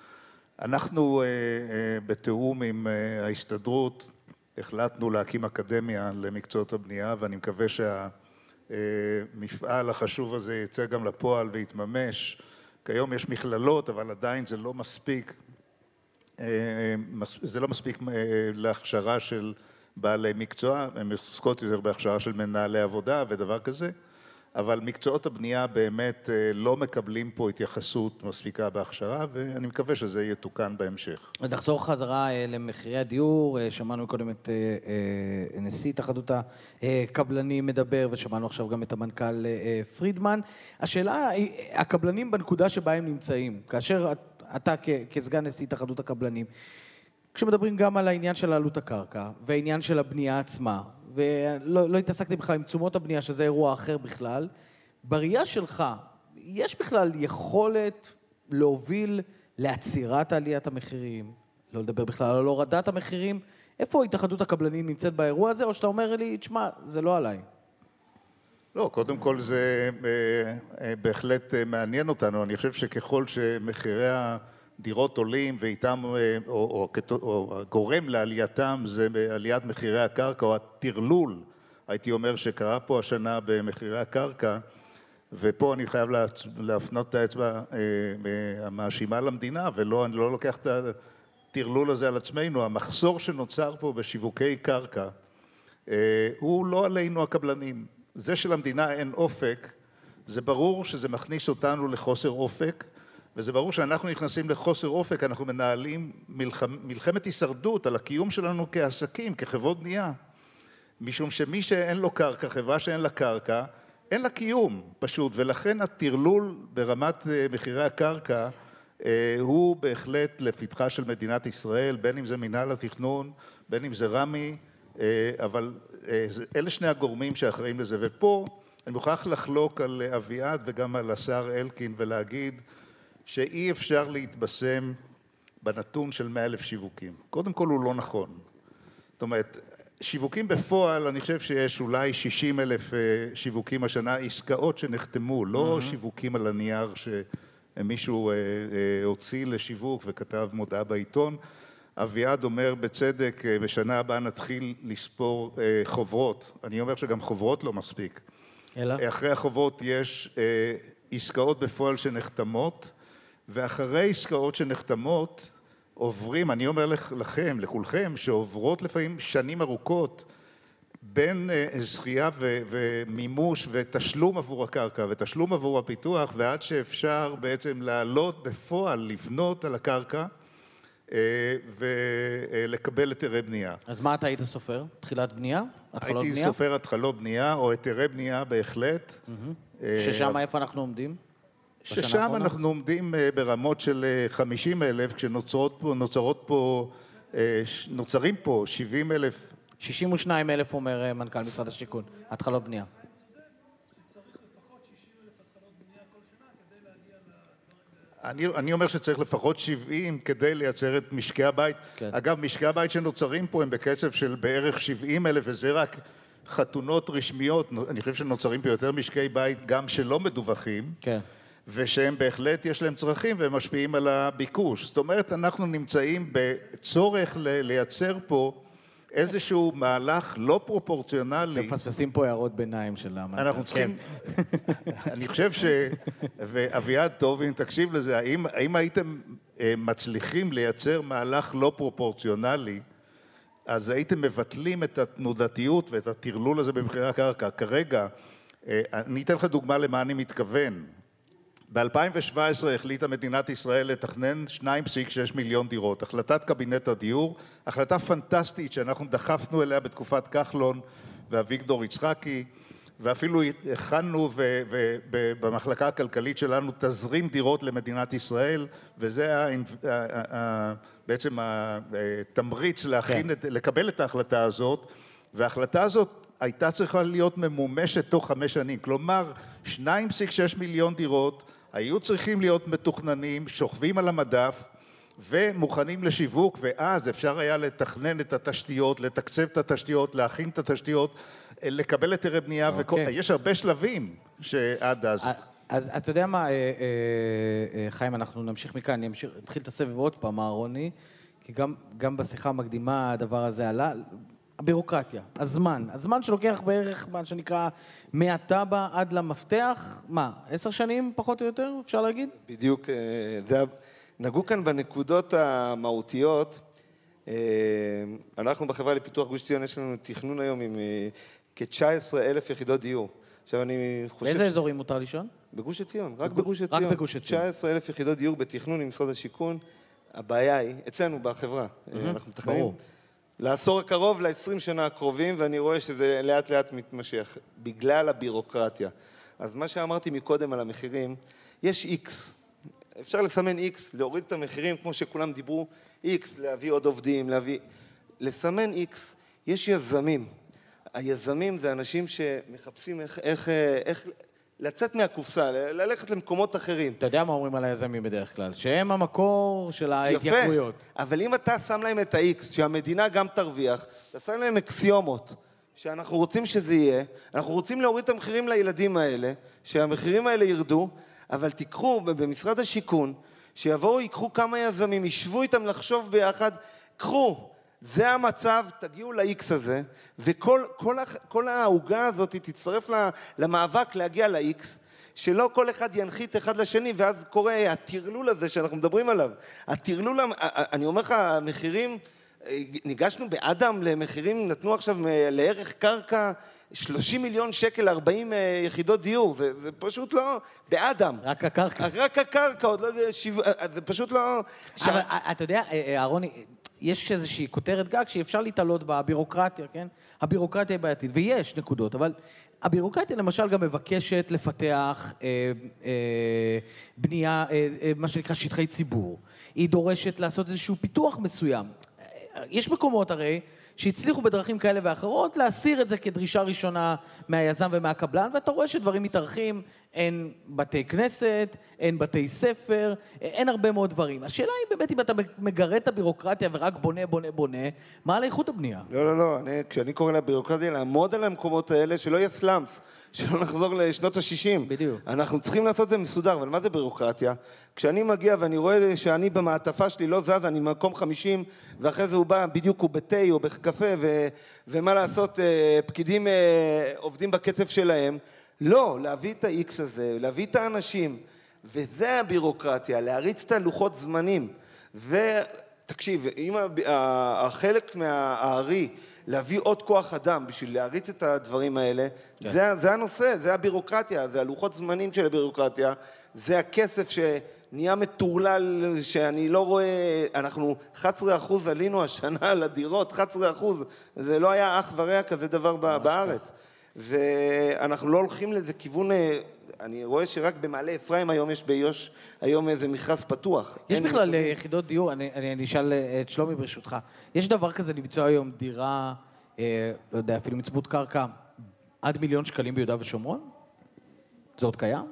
Speaker 7: אנחנו בתיאום עם ההסתדרות החלטנו להקים אקדמיה למקצועות הבנייה, ואני מקווה שהמפעל החשוב הזה יצא גם לפועל ויתממש. כיום יש מכללות, אבל עדיין זה לא מספיק, זה לא מספיק להכשרה של בעלי מקצוע, הם עוסקות יותר בהכשרה של מנהלי עבודה ודבר כזה, אבל מקצועות הבנייה באמת לא מקבלים פה התייחסות מספיקה בהכשרה, ואני מקווה שזה יתוקן בהמשך.
Speaker 3: נחזור חזרה למחירי הדיור, שמענו קודם את נשיא התאחדות הקבלנים מדבר, ושמענו עכשיו גם את המנכ"ל פרידמן. השאלה, הקבלנים בנקודה שבה הם נמצאים, כאשר אתה כסגן נשיא התאחדות הקבלנים, כשמדברים גם על העניין של עלות הקרקע, והעניין של הבנייה עצמה, ולא לא התעסקתי בכלל עם תשומות הבנייה, שזה אירוע אחר בכלל, בראייה שלך, יש בכלל יכולת להוביל לעצירת עליית המחירים, לא לדבר בכלל על הורדת המחירים, איפה התאחדות הקבלנים נמצאת באירוע הזה, או שאתה אומר לי, תשמע, זה לא עליי? לא,
Speaker 7: קודם כל זה בהחלט מעניין אותנו. אני חושב שככל שמחירי הדירות עולים ואיתם, או, או, או, או גורם לעלייתם, זה עליית מחירי הקרקע, או התרלול, הייתי אומר שקרה פה השנה במחירי הקרקע, ופה אני חייב להפנות את האצבע המאשימה למדינה, ולא, אני לא לוקח את התרלול הזה על עצמנו. המחסור שנוצר פה בשיווקי קרקע, הוא לא עלינו הקבלנים. זה שלמדינה אין אופק, זה ברור שזה מכניס אותנו לחוסר אופק, וזה ברור שאנחנו נכנסים לחוסר אופק, אנחנו מנהלים מלחמ, מלחמת הישרדות על הקיום שלנו כעסקים, כחברות בנייה. משום שמי שאין לו קרקע, חברה שאין לה קרקע, אין לה קיום פשוט, ולכן התרלול ברמת מחירי הקרקע הוא בהחלט לפתחה של מדינת ישראל, בין אם זה מנהל התכנון, בין אם זה רמי, אבל אלה שני הגורמים שאחראים לזה. ופה אני מוכרח לחלוק על אביעד וגם על השר אלקין ולהגיד שאי אפשר להתבשם בנתון של מאה אלף שיווקים. קודם כל הוא לא נכון. זאת אומרת, שיווקים בפועל, אני חושב שיש אולי שישים אלף שיווקים השנה, עסקאות שנחתמו, לא mm-hmm. שיווקים על הנייר שמישהו הוציא לשיווק וכתב מודעה בעיתון. אביעד אומר בצדק, בשנה הבאה נתחיל לספור חוברות. אני אומר שגם חוברות לא מספיק. אלא? אחרי החוברות יש עסקאות בפועל שנחתמות, ואחרי עסקאות שנחתמות עוברים, אני אומר לכם, לכולכם, שעוברות לפעמים שנים ארוכות בין זכייה ומימוש ותשלום עבור הקרקע ותשלום עבור הפיתוח, ועד שאפשר בעצם לעלות בפועל, לבנות על הקרקע, ולקבל היתרי בנייה.
Speaker 3: אז מה אתה היית סופר? תחילת בנייה? התחלות בנייה?
Speaker 7: הייתי סופר התחלות בנייה או היתרי בנייה בהחלט.
Speaker 3: ששם איפה אנחנו עומדים?
Speaker 7: ששם אנחנו עומדים ברמות של חמישים אלף, כשנוצרות פה, נוצרות פה, נוצרים פה שבעים אלף.
Speaker 3: שישים ושניים אלף אומר מנכ"ל משרד השיכון, התחלות בנייה.
Speaker 7: אני, אני אומר שצריך לפחות שבעים כדי לייצר את משקי הבית. כן. אגב, משקי הבית שנוצרים פה הם בקצב של בערך שבעים אלף, וזה רק חתונות רשמיות. אני חושב שנוצרים פה יותר משקי בית גם שלא מדווחים. כן. ושהם בהחלט יש להם צרכים והם משפיעים על הביקוש. זאת אומרת, אנחנו נמצאים בצורך לייצר פה איזשהו מהלך לא פרופורציונלי.
Speaker 3: אתם מפספסים פה הערות ביניים של המנכ"ל.
Speaker 7: אנחנו צריכים, אני חושב ש... ואביעד טובין, תקשיב לזה, האם, האם הייתם מצליחים לייצר מהלך לא פרופורציונלי, אז הייתם מבטלים את התנודתיות ואת התרלול הזה במחירי הקרקע. כרגע, אני אתן לך דוגמה למה אני מתכוון. ב-אלפיים שבע עשרה החליטה מדינת ישראל לתכנן שניים נקודה שש מיליון דירות. החלטת קבינט הדיור, החלטה פנטסטית שאנחנו דחפנו אליה בתקופת כחלון ואביגדור יצחקי, ואפילו הכנו במחלקה הכלכלית שלנו תזרים דירות למדינת ישראל, וזה בעצם התמריץ להכין, לקבל את ההחלטה הזאת, וההחלטה הזאת הייתה צריכה להיות ממומשת תוך חמש שנים. כלומר, שניים נקודה שש מיליון דירות היו צריכים להיות מתוכננים, שוכבים על המדף ומוכנים לשיווק, ואז אפשר היה לתכנן את התשתיות, לתקצב את התשתיות, להכין את התשתיות, לקבל היתרי בנייה, ויש הרבה שלבים שעד אז.
Speaker 3: אז אתה יודע מה, חיים, אנחנו נמשיך מכאן, אני אתחיל את הסבב עוד פעם, אהרוני, כי גם בשיחה המקדימה הדבר הזה עלה, הבירוקרטיה, הזמן, הזמן שלוקח בערך, מה שנקרא, מהטבע עד למפתח, מה, עשר שנים פחות או יותר, אפשר להגיד?
Speaker 4: בדיוק, זה, נגעו כאן בנקודות המהותיות, אנחנו בחברה לפיתוח גוש ציון, יש לנו תכנון היום עם כ-תשע עשרה אלף יחידות דיור. עכשיו אני חושב...
Speaker 3: באיזה אזורים מותר לישון?
Speaker 4: בגוש עציון, רק בגוש עציון.
Speaker 3: רק בגוש עציון.
Speaker 4: תשע עשרה אלף יחידות דיור בתכנון עם משרד השיכון. הבעיה היא, אצלנו בחברה, אנחנו מתכננים לעשור הקרוב, ל-עשרים שנה הקרובים, ואני רואה שזה לאט לאט מתמשך, בגלל הבירוקרטיה. אז מה שאמרתי מקודם על המחירים, יש איקס. אפשר לסמן איקס, להוריד את המחירים, כמו שכולם דיברו, איקס, להביא עוד עובדים, להביא... לסמן איקס, יש יזמים. היזמים זה אנשים שמחפשים איך, איך, איך לצאת מהקופסה, ללכת למקומות אחרים.
Speaker 3: אתה יודע מה אומרים על היזמים בדרך כלל? שהם המקור של ההתייקרויות.
Speaker 4: יפה, אבל אם אתה שם להם את ה-X, שהמדינה גם תרוויח, אתה שם להם אקסיומות, שאנחנו רוצים שזה יהיה, אנחנו רוצים להוריד את המחירים לילדים האלה, שהמחירים האלה ירדו, אבל תיקחו במשרד השיכון, שיבואו, ייקחו כמה יזמים, ישבו איתם לחשוב ביחד, קחו, זה המצב, תגיעו ל-X הזה, וכל כל, כל ההוגה הזאת תצטרף למאבק להגיע ל-X, שלא כל אחד ינחית אחד לשני, ואז קורה הטרלול הזה שאנחנו מדברים עליו. הטרלול, אני אומר לך, המחירים, ניגשנו באדם למחירים, נתנו עכשיו לערך קרקע שלושים מיליון שקל, ארבעים יחידות דיור, זה, זה פשוט לא, באדם.
Speaker 3: רק הקרקע.
Speaker 4: רק הקרקע, עוד לא, זה פשוט לא...
Speaker 3: אבל אתה יודע, אהרוני, יש איזושהי כותרת גג שאפשר להתעלות בבירוקרטיה, כן? הבירוקרטיה היא בעייתית, ויש נקודות, אבל הבירוקרטיה למשל גם מבקשת לפתח אה, אה, בנייה, אה, אה, מה שנקרא שטחי ציבור. היא דורשת לעשות איזשהו פיתוח מסוים. יש מקומות הרי שהצליחו בדרכים כאלה ואחרות להסיר את זה כדרישה ראשונה מהיזם ומהקבלן, ואתה רואה שדברים מתארחים, אין בתי כנסת, אין בתי ספר, אין הרבה מאוד דברים. השאלה היא באמת אם אתה מגרד את הבירוקרטיה ורק בונה, בונה, בונה, מה על איכות הבנייה?
Speaker 4: לא, לא, לא. אני, כשאני קורא לבירוקרטיה, לעמוד על המקומות האלה, שלא יהיה סלאמס, שלא נחזור לשנות ה-שישים.
Speaker 3: בדיוק.
Speaker 4: אנחנו צריכים לעשות את זה מסודר, אבל מה זה בירוקרטיה? כשאני מגיע ואני רואה שאני במעטפה שלי לא זז, אני במקום חמישים, ואחרי זה הוא בא, בדיוק הוא בתי או בקפה, ו, ומה לעשות, פקידים עובדים בקצב שלהם, לא, להביא את ה-X הזה, להביא את האנשים, וזה הבירוקרטיה, להריץ את הלוחות זמנים. ותקשיב, אם החלק מהארי, להביא עוד כוח אדם בשביל להריץ את הדברים האלה, כן. זה, זה הנושא, זה הבירוקרטיה, זה הלוחות זמנים של הבירוקרטיה, זה הכסף שנהיה מטורלל, שאני לא רואה, אנחנו אחת עשרה אחוז עלינו השנה על הדירות, אחת עשרה אחוז, זה לא היה אח ורע כזה דבר בארץ. ואנחנו לא הולכים לזה כיוון, אני רואה שרק במעלה אפרים היום יש ביוש, היום איזה מכרז פתוח.
Speaker 3: יש בכלל יחידות דיור, אני, אני, אני אשאל את שלומי ברשותך, יש דבר כזה למצוא היום דירה, אה, לא יודע, אפילו מצמוד קרקע, עד מיליון שקלים ביהודה ושומרון? זה עוד קיים?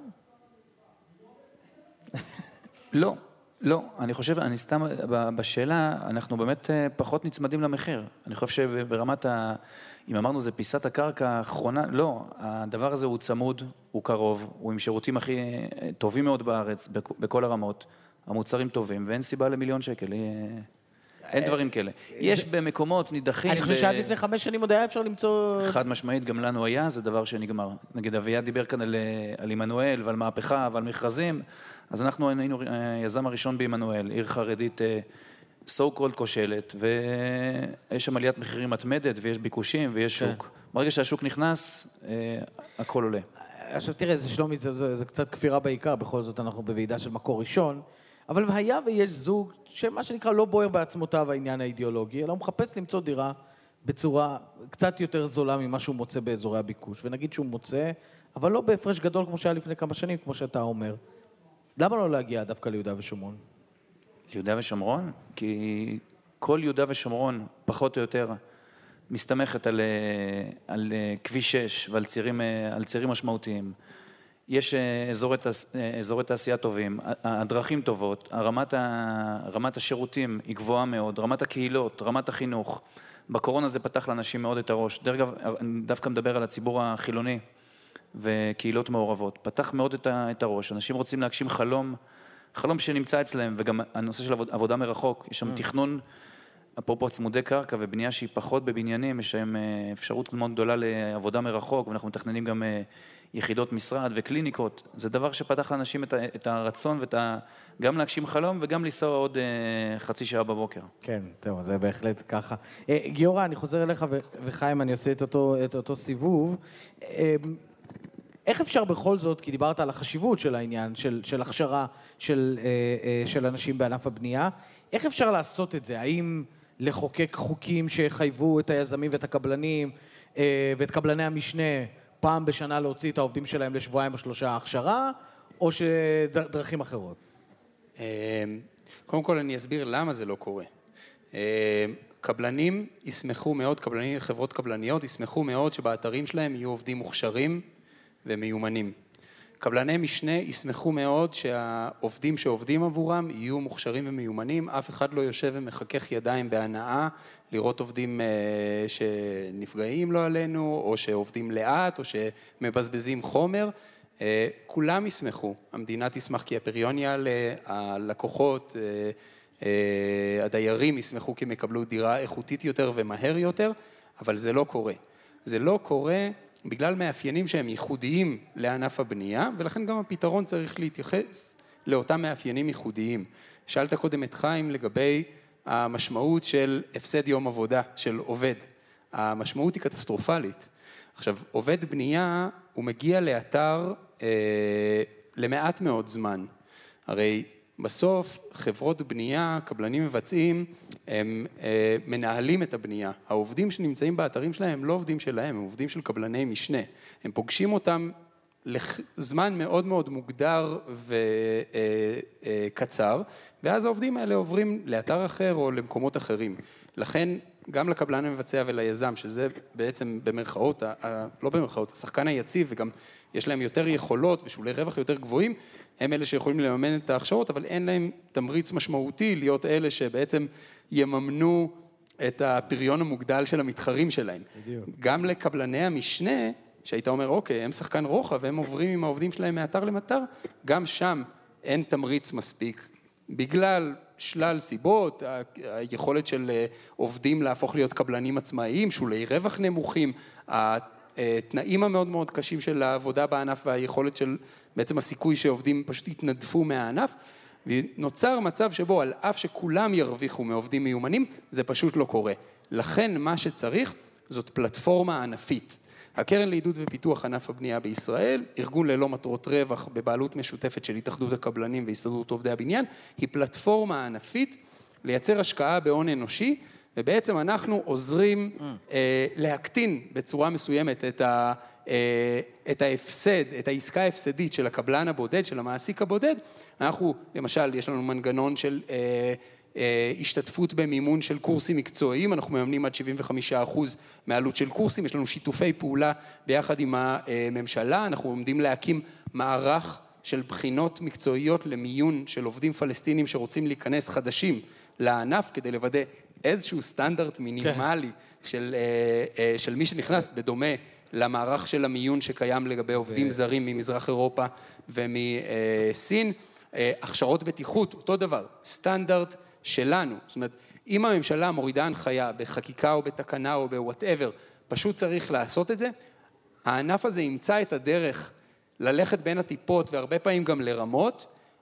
Speaker 5: לא, לא. אני חושב, אני סתם, בשאלה, אנחנו באמת פחות נצמדים למחיר. אני חושב שברמת ה... אם אמרנו, זה פיסת הקרקע האחרונה, לא. הדבר הזה הוא צמוד, הוא קרוב, הוא עם שירותים הכי טובים מאוד בארץ, בכל הרמות. המוצרים טובים, ואין סיבה למיליון שקל. אין דברים כאלה. יש במקומות נידחים...
Speaker 3: אני חושב שעד לפני חמש שנים עוד היה אפשר למצוא...
Speaker 5: חד משמעית, גם לנו היה, זה דבר שנגמר. נגיד, אביה דיבר כאן על, על עמנואל ועל מהפכה ועל מכרזים, אז אנחנו היינו היזם הראשון בעמנואל, עיר חרדית so called כושלת, ויש שם עליית מחירים מתמדת, ויש ביקושים, ויש שוק. ברגע שהשוק נכנס, הכל עולה.
Speaker 3: עכשיו תראה, זה שלומי, זה, זה, זה קצת כפירה בעיקר, בכל זאת אנחנו בוועידה של מקור ראשון, אבל היה ויש זוג שמה שנקרא לא בוער בעצמותיו העניין האידיאולוגי, אלא הוא מחפש למצוא דירה בצורה קצת יותר זולה ממה שהוא מוצא באזורי הביקוש, ונגיד שהוא מוצא, אבל לא בהפרש גדול כמו שהיה לפני כמה שנים, כמו שאתה אומר. למה לא להגיע דווקא ליהודה ושומרון?
Speaker 5: ליהודה ושומרון? כי כל יהודה ושומרון, פחות או יותר, מסתמכת על, על כביש שש ועל צירים, על צירים משמעותיים. יש אזורי, אזורי תעשייה טובים, הדרכים טובות, רמת, ה, רמת השירותים היא גבוהה מאוד, רמת הקהילות, רמת החינוך. בקורונה זה פתח לאנשים מאוד את הראש. דרך אגב, אני דווקא מדבר על הציבור החילוני וקהילות מעורבות. פתח מאוד את, ה, את הראש. אנשים רוצים להגשים חלום, חלום שנמצא אצלם, וגם הנושא של עבוד, עבודה מרחוק. יש שם תכנון, אפרופו צמודי קרקע ובנייה שהיא פחות בבניינים, יש שם אפשרות מאוד גדולה לעבודה מרחוק, ואנחנו מתכננים גם יחידות משרד וקליניקות. זה דבר שפתח לאנשים את, את הרצון, ואת ה, גם להגשים חלום וגם לנסוע עוד חצי שעה בבוקר.
Speaker 3: כן, טוב, זה בהחלט ככה. גיורא, אני חוזר אליך, וחיים, אני עושה את אותו, את אותו סיבוב. איך אפשר בכל זאת, כי דיברת על החשיבות של העניין, של, של הכשרה של, של אנשים בענף הבנייה, איך אפשר לעשות את זה? האם לחוקק חוקים שיחייבו את היזמים ואת הקבלנים ואת קבלני המשנה פעם בשנה להוציא את העובדים שלהם לשבועיים או שלושה הכשרה, או שדרכים אחרות?
Speaker 6: קודם כל אני אסביר למה זה לא קורה. קבלנים ישמחו מאוד, קבלנים, חברות קבלניות ישמחו מאוד שבאתרים שלהם יהיו עובדים מוכשרים ומיומנים. קבלני משנה ישמחו מאוד שהעובדים שעובדים עבורם יהיו מוכשרים ומיומנים, אף אחד לא יושב ומחכך ידיים בהנאה לראות עובדים שנפגעים לא עלינו, או שעובדים לאט, או שמבזבזים חומר. כולם ישמחו, המדינה תשמח כי הפריון יעלה, הלקוחות, הדיירים ישמחו כי הם יקבלו דירה איכותית יותר ומהר יותר, אבל זה לא קורה. זה לא קורה בגלל מאפיינים שהם ייחודיים לענף הבנייה, ולכן גם הפתרון צריך להתייחס לאותם מאפיינים ייחודיים. שאלת קודם את חיים לגבי המשמעות של הפסד יום עבודה של עובד. המשמעות היא קטסטרופלית. עכשיו, עובד בנייה הוא מגיע לאתר אה, למעט מאוד זמן. הרי בסוף חברות בנייה, קבלנים מבצעים, הם אה, מנהלים את הבנייה. העובדים שנמצאים באתרים שלהם הם לא עובדים שלהם, הם עובדים של קבלני משנה. הם פוגשים אותם לזמן מאוד מאוד מוגדר וקצר, ואז העובדים האלה עוברים לאתר אחר או למקומות אחרים. לכן גם לקבלן המבצע וליזם, שזה בעצם במרכאות, לא במרכאות, השחקן היציב, וגם יש להם יותר יכולות ושולי רווח יותר גבוהים, הם אלה שיכולים לממן את ההכשרות, אבל אין להם תמריץ משמעותי להיות אלה שבעצם יממנו את הפריון המוגדל של המתחרים שלהם. בדיוק. גם לקבלני המשנה, שהיית אומר, אוקיי, הם שחקן רוחב, והם עוברים עם העובדים שלהם מאתר למאתר, גם שם אין תמריץ מספיק. בגלל שלל סיבות, היכולת של עובדים להפוך להיות קבלנים עצמאיים, שולי רווח נמוכים, התנאים המאוד מאוד קשים של העבודה בענף והיכולת של בעצם הסיכוי שעובדים פשוט יתנדפו מהענף, ונוצר מצב שבו על אף שכולם ירוויחו מעובדים מיומנים, זה פשוט לא קורה. לכן מה שצריך זאת פלטפורמה ענפית. הקרן לעידוד ופיתוח ענף הבנייה בישראל, ארגון ללא מטרות רווח בבעלות משותפת של התאחדות הקבלנים והסתדרות עובדי הבניין, היא פלטפורמה ענפית לייצר השקעה בהון אנושי, ובעצם אנחנו עוזרים אה, להקטין בצורה מסוימת את, ה, אה, את ההפסד, את העסקה ההפסדית של הקבלן הבודד, של המעסיק הבודד. אנחנו, למשל, יש לנו מנגנון של אה, אה, השתתפות במימון של קורסים מקצועיים, אנחנו מממנים עד שבעים וחמישה אחוז מעלות של קורסים, יש לנו שיתופי פעולה ביחד עם הממשלה, אנחנו עומדים להקים מערך של בחינות מקצועיות למיון של עובדים פלסטינים שרוצים להיכנס חדשים לענף, כדי לוודא איזשהו סטנדרט מינימלי של, של מי שנכנס, בדומה למערך של המיון שקיים לגבי עובדים זרים ממזרח אירופה ומסין. הכשרות בטיחות, אותו דבר, סטנדרט שלנו. זאת אומרת, אם הממשלה מורידה הנחיה בחקיקה או בתקנה או ב-whatever, פשוט צריך לעשות את זה, הענף הזה ימצא את הדרך ללכת בין הטיפות והרבה פעמים גם לרמות,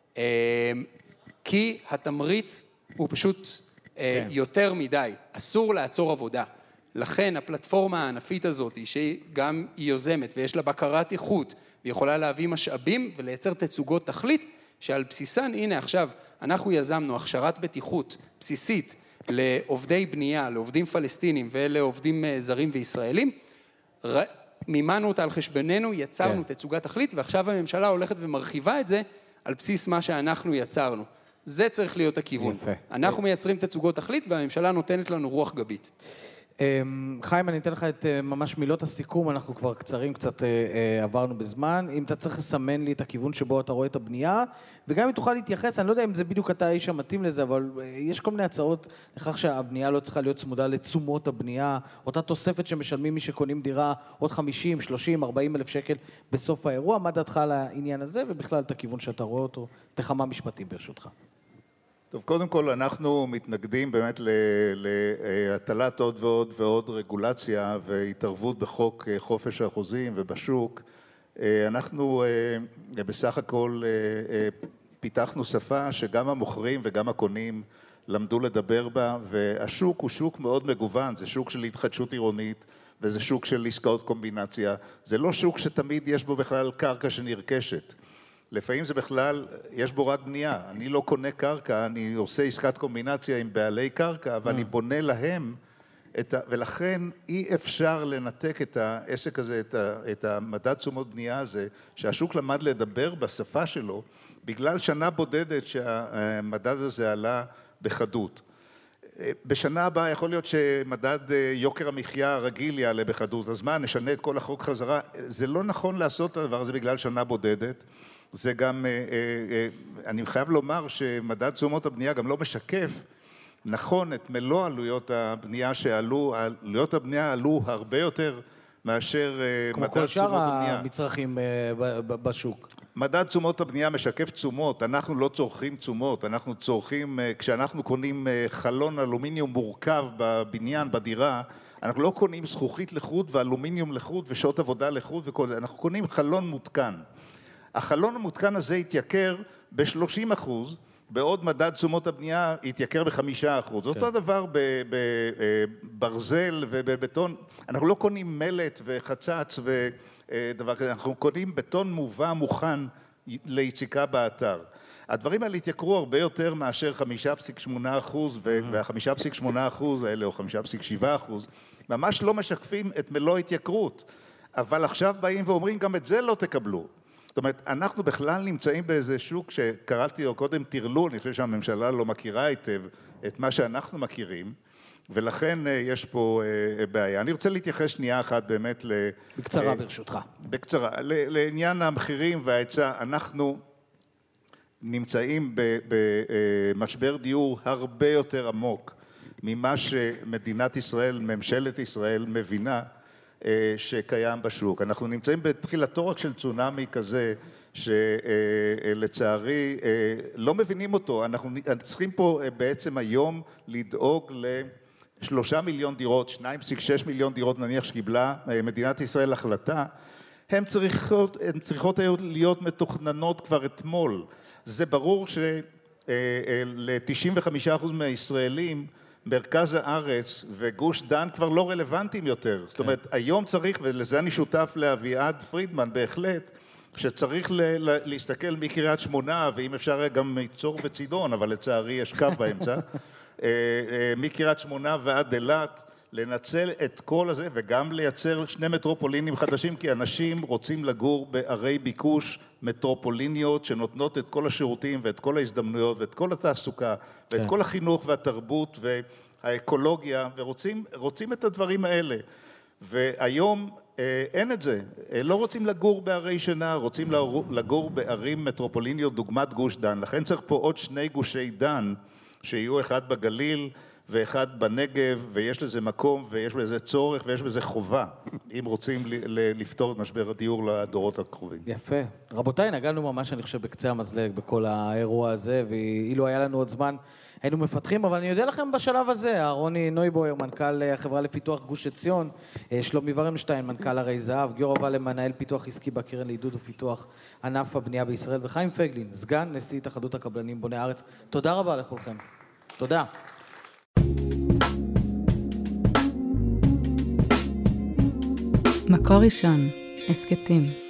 Speaker 6: כי התמריץ הוא פשוט כן. יותר מדי, אסור לעצור עבודה. לכן הפלטפורמה הענפית הזאת, שגם היא יוזמת ויש לה בקרת איכות, והיא יכולה להביא משאבים ולייצר תצוגות תכלית, שעל בסיסן, הנה עכשיו, אנחנו יזמנו הכשרת בטיחות בסיסית לעובדי בנייה, לעובדים פלסטינים ולעובדים זרים וישראלים, מימנו אותה על חשבוננו, יצרנו כן. תצוגת תכלית, ועכשיו הממשלה הולכת ומרחיבה את זה על בסיס מה שאנחנו יצרנו. זה צריך להיות הכיוון. יפה. אנחנו מייצרים תצוגות תכלית, והממשלה נותנת לנו רוח גבית.
Speaker 3: חיים, אני אתן לך את ממש מילות הסיכום, אנחנו כבר קצרים, קצת עברנו בזמן. אם אתה צריך לסמן לי את הכיוון שבו אתה רואה את הבנייה, וגם אם תוכל להתייחס, אני לא יודע אם זה בדיוק אתה האיש המתאים לזה, אבל יש כל מיני הצעות לכך שהבנייה לא צריכה להיות צמודה לתשומות הבנייה, אותה תוספת שמשלמים מי שקונים דירה עוד חמישים, שלושים, ארבעים אלף שקל בסוף האירוע. מה דעתך על העניין הזה, ובכלל את הכיוון שאתה רואה אותו? תחמה משפטים ברשותך.
Speaker 7: טוב, קודם כל אנחנו מתנגדים באמת להטלת עוד ועוד ועוד רגולציה והתערבות בחוק חופש החוזים ובשוק. אנחנו בסך הכל פיתחנו שפה שגם המוכרים וגם הקונים למדו לדבר בה, והשוק הוא שוק מאוד מגוון, זה שוק של התחדשות עירונית, וזה שוק של עסקאות קומבינציה, זה לא שוק שתמיד יש בו בכלל קרקע שנרכשת. לפעמים זה בכלל, יש בו רק בנייה, אני לא קונה קרקע, אני עושה עסקת קומבינציה עם בעלי קרקע, ואני בונה להם, את ה... ולכן אי אפשר לנתק את העסק הזה, את, ה... את המדד תשומות בנייה הזה, שהשוק למד לדבר בשפה שלו, בגלל שנה בודדת שהמדד הזה עלה בחדות. בשנה הבאה יכול להיות שמדד יוקר המחיה הרגיל יעלה בחדות, אז מה, נשנה את כל החוק חזרה? זה לא נכון לעשות את הדבר הזה בגלל שנה בודדת. זה גם, אני חייב לומר שמדד תשומות הבנייה גם לא משקף נכון את מלוא עלויות הבנייה שעלו, עלויות הבנייה עלו הרבה יותר מאשר מדד תשומות הבנייה.
Speaker 3: כמו כל שאר המצרכים בשוק.
Speaker 7: מדד תשומות הבנייה משקף תשומות, אנחנו לא צורכים תשומות, אנחנו צורכים, כשאנחנו קונים חלון אלומיניום מורכב בבניין, בדירה, אנחנו לא קונים זכוכית לחוד ואלומיניום לחוד ושעות עבודה לחוד וכל זה, אנחנו קונים חלון מותקן. החלון המותקן הזה התייקר ב-שלושים אחוז, בעוד מדד תשומות הבנייה התייקר ב-חמישה אחוז. כן. אותו דבר בברזל ובבטון, אנחנו לא קונים מלט וחצץ ודבר כזה, אנחנו קונים בטון מובא מוכן ליציקה באתר. הדברים האלה התייקרו הרבה יותר מאשר חמישה נקודה שמונה אחוז, וה-חמישה נקודה שמונה אחוז האלה, או חמישה נקודה שבע אחוז, ממש לא משקפים את מלוא התייקרות. אבל עכשיו באים ואומרים, גם את זה לא תקבלו. זאת אומרת, אנחנו בכלל נמצאים באיזה שוק שקראתי לו קודם תרלול, אני חושב שהממשלה לא מכירה היטב את מה שאנחנו מכירים, ולכן יש פה בעיה. אני רוצה להתייחס שנייה אחת באמת ל...
Speaker 3: בקצרה ברשותך.
Speaker 7: בקצרה. לעניין המחירים וההיצע, אנחנו נמצאים במשבר דיור הרבה יותר עמוק ממה שמדינת ישראל, ממשלת ישראל, מבינה שקיים בשוק. אנחנו נמצאים בתחילתו רק של צונאמי כזה, שלצערי לא מבינים אותו. אנחנו צריכים פה בעצם היום לדאוג לשלושה מיליון דירות, שניים נקודה שש מיליון דירות נניח שקיבלה מדינת ישראל החלטה, הן צריכות, הן צריכות להיות מתוכננות כבר אתמול. זה ברור של-תשעים וחמישה אחוז מהישראלים מרכז הארץ וגוש דן כבר לא רלוונטיים יותר. זאת אומרת, היום צריך, ולזה אני שותף לאביעד פרידמן בהחלט, שצריך להסתכל מקריית שמונה, ואם אפשר גם מצור וצידון, אבל לצערי יש קו באמצע, מקריית שמונה ועד אילת, לנצל את כל הזה וגם לייצר שני מטרופולינים חדשים, כי אנשים רוצים לגור בערי ביקוש מטרופוליניות שנותנות את כל השירותים ואת כל ההזדמנויות ואת כל התעסוקה ואת כן. כל החינוך והתרבות והאקולוגיה, ורוצים רוצים את הדברים האלה. והיום אה, אין את זה. אה, לא רוצים לגור בערי שינה, רוצים לגור בערים מטרופוליניות דוגמת גוש דן. לכן צריך פה עוד שני גושי דן שיהיו אחד בגליל ואחד בנגב, ויש לזה מקום, ויש בזה צורך, ויש בזה חובה, אם רוצים לפתור את משבר הדיור לדורות הקרובים.
Speaker 3: יפה. רבותיי, נגענו ממש, אני חושב, בקצה המזלג בכל האירוע הזה, ואילו היה לנו עוד זמן, היינו מפתחים, אבל אני יודע לכם בשלב הזה, אהרוני נויבויר, מנכ"ל החברה לפיתוח גוש עציון, שלומי ורנשטיין, מנכ"ל הרי זהב, גיורא ולם, מנהל פיתוח עסקי בקרן לעידוד ופיתוח ענף הבנייה בישראל, וחיים פייגלין, סגן נשיא התאחדות הקבלנים בוני הארץ. תודה רבה לכולכם. תודה.
Speaker 1: מקור ראשון, הסקטים.